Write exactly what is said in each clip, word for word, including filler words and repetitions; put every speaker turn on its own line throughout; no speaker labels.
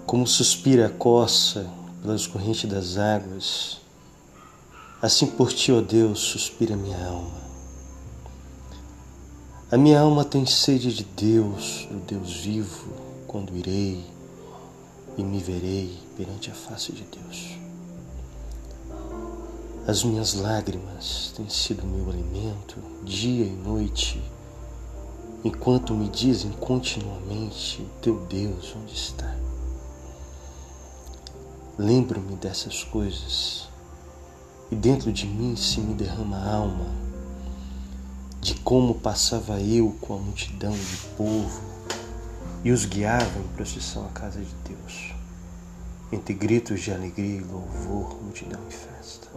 Como suspira a coça pelas correntes das águas, assim por ti, ó Deus, suspira minha alma. A minha alma tem sede de Deus, do Deus vivo, quando irei e me verei perante a face de Deus. As minhas lágrimas têm sido meu alimento, dia e noite, enquanto me dizem continuamente: teu Deus onde está? Lembro-me dessas coisas e dentro de mim se me derrama a alma de como passava eu com a multidão de povo e os guiava em procissão à casa de Deus, entre gritos de alegria e louvor, multidão e festa.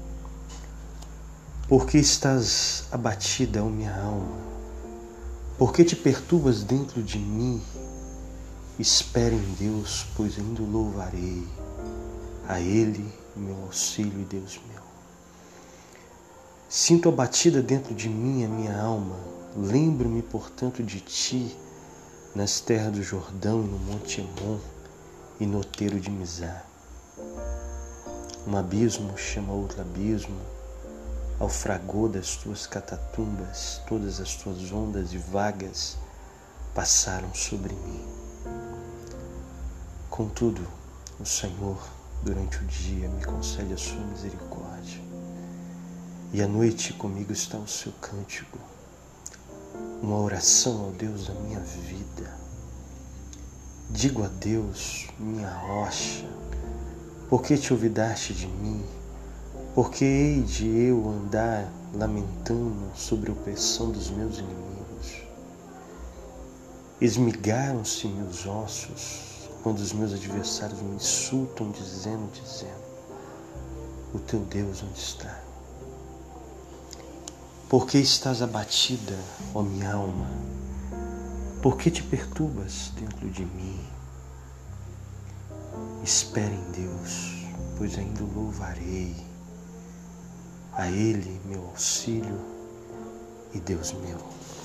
Por que estás abatida, ó minha alma? Por que te perturbas dentro de mim? Espera em Deus, pois ainda o louvarei, a Ele, meu auxílio e Deus meu. Sinto abatida dentro de mim a minha alma, lembro-me, portanto, de ti, nas terras do Jordão e no Monte Hermon e no outeiro de Mizar. Um abismo chama outro abismo, ao fragor das tuas catatumbas, todas as tuas ondas e vagas passaram sobre mim. Contudo, o Senhor, durante o dia, me concede a sua misericórdia, e à noite comigo está o seu cântico, uma oração ao Deus da minha vida. Digo a Deus, minha rocha, por que te olvidaste de mim? Por que hei de eu andar lamentando sobre a opressão dos meus inimigos? Esmigaram-se meus ossos quando os meus adversários me insultam, dizendo, dizendo, o teu Deus onde está? Por que estás abatida, ó minha alma? Por que te perturbas dentro de mim? Espera em Deus, pois ainda o louvarei, a Ele, meu auxílio e Deus meu.